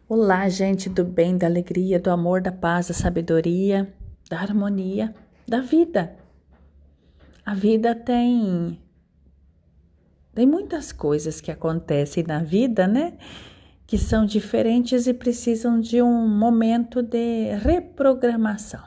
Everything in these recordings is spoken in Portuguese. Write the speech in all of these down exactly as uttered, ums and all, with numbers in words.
Olá, gente do bem, da alegria, do amor, da paz, da sabedoria, da harmonia, da vida. A vida tem tem muitas coisas que acontecem na vida, né? Que são diferentes e precisam de um momento de reprogramação.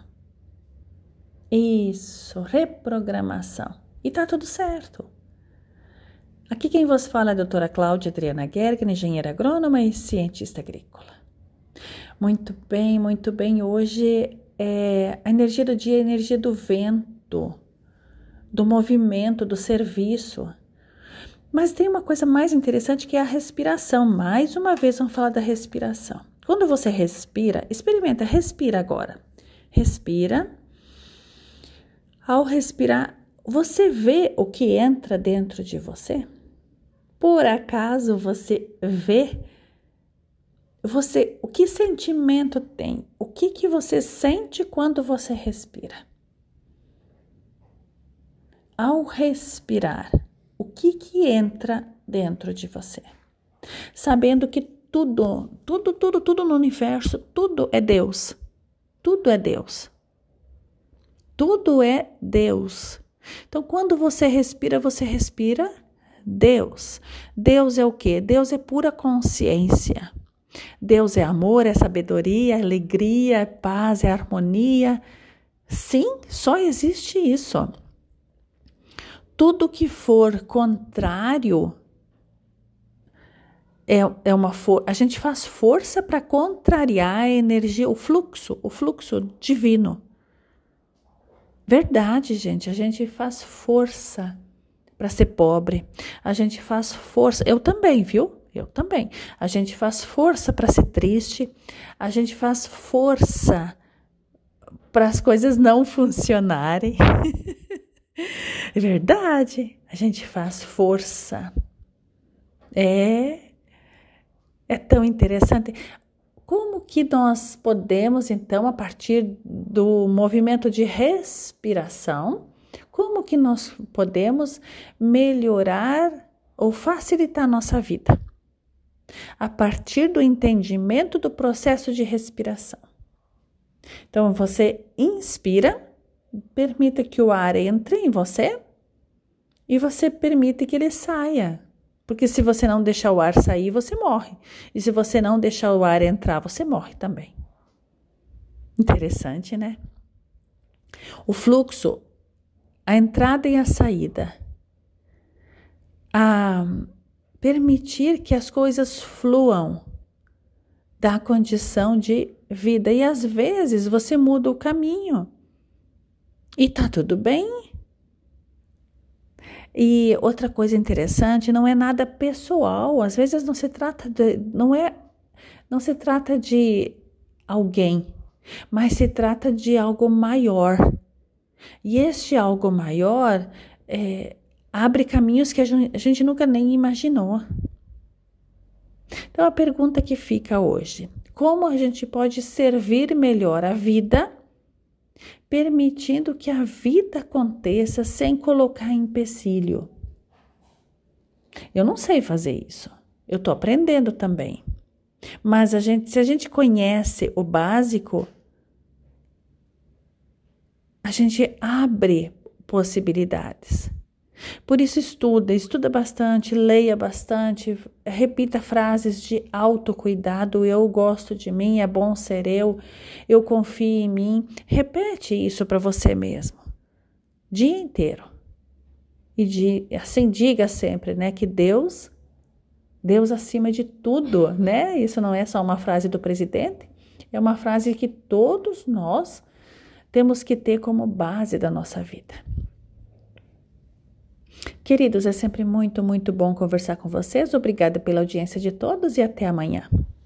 Isso, reprogramação. E tá tudo certo. Aqui quem vos fala é a doutora Cláudia Adriana Gergen, engenheira agrônoma e cientista agrícola. Muito bem, muito bem. Hoje é, a energia do dia é a energia do vento, do movimento, do serviço. Mas tem uma coisa mais interessante que é a respiração. Mais uma vez vamos falar da respiração. Quando você respira, experimenta, respira agora. Respira. Ao respirar, você vê o que entra dentro de você? Por acaso você vê? Você, o que sentimento tem? O que que você sente quando você respira? Ao respirar, o que que entra dentro de você? Sabendo que tudo, tudo, tudo, tudo no universo, tudo é Deus. Tudo é Deus. Tudo é Deus. Então, quando você respira, você respira Deus. Deus é o quê? Deus é pura consciência. Deus é amor, é sabedoria, é alegria, é paz, é harmonia. Sim, só existe isso. Tudo que for contrário é, é uma força. A gente faz força para contrariar a energia, o fluxo, o fluxo divino. Verdade, gente, a gente faz força para ser pobre. A gente faz força, eu também, viu? Eu também. A gente faz força para ser triste. A gente faz força para as coisas não funcionarem. É verdade. A gente faz força. É, é tão interessante. Como que nós podemos, então, a partir do movimento de respiração, como que nós podemos melhorar ou facilitar a nossa vida? A partir do entendimento do processo de respiração. Então, você inspira, permita que o ar entre em você e você permite que ele saia. Porque se você não deixar o ar sair, você morre. E se você não deixar o ar entrar, você morre também. Interessante, né? O fluxo, a entrada e a saída. A permitir que as coisas fluam da condição de vida. E às vezes você muda o caminho. E tá tudo bem. E outra coisa interessante, não é nada pessoal. Às vezes não se trata de, não é, não se trata de alguém, mas se trata de algo maior. E este algo maior é, abre caminhos que a gente, a gente nunca nem imaginou. Então a pergunta que fica hoje: como a gente pode servir melhor a vida, permitindo que a vida aconteça sem colocar empecilho? Eu não sei fazer isso. Eu estou aprendendo também. Mas a gente, se a gente conhece o básico, a gente abre possibilidades. Por isso estuda, estuda bastante, leia bastante, repita frases de autocuidado. Eu gosto de mim, é bom ser eu, eu confio em mim. Repete isso para você mesmo, dia inteiro. E de, assim diga sempre, né, que Deus, Deus acima de tudo, né? Isso não é só uma frase do presidente, é uma frase que todos nós temos que ter como base da nossa vida. Queridos, é sempre muito, muito bom conversar com vocês. Obrigada pela audiência de todos e até amanhã.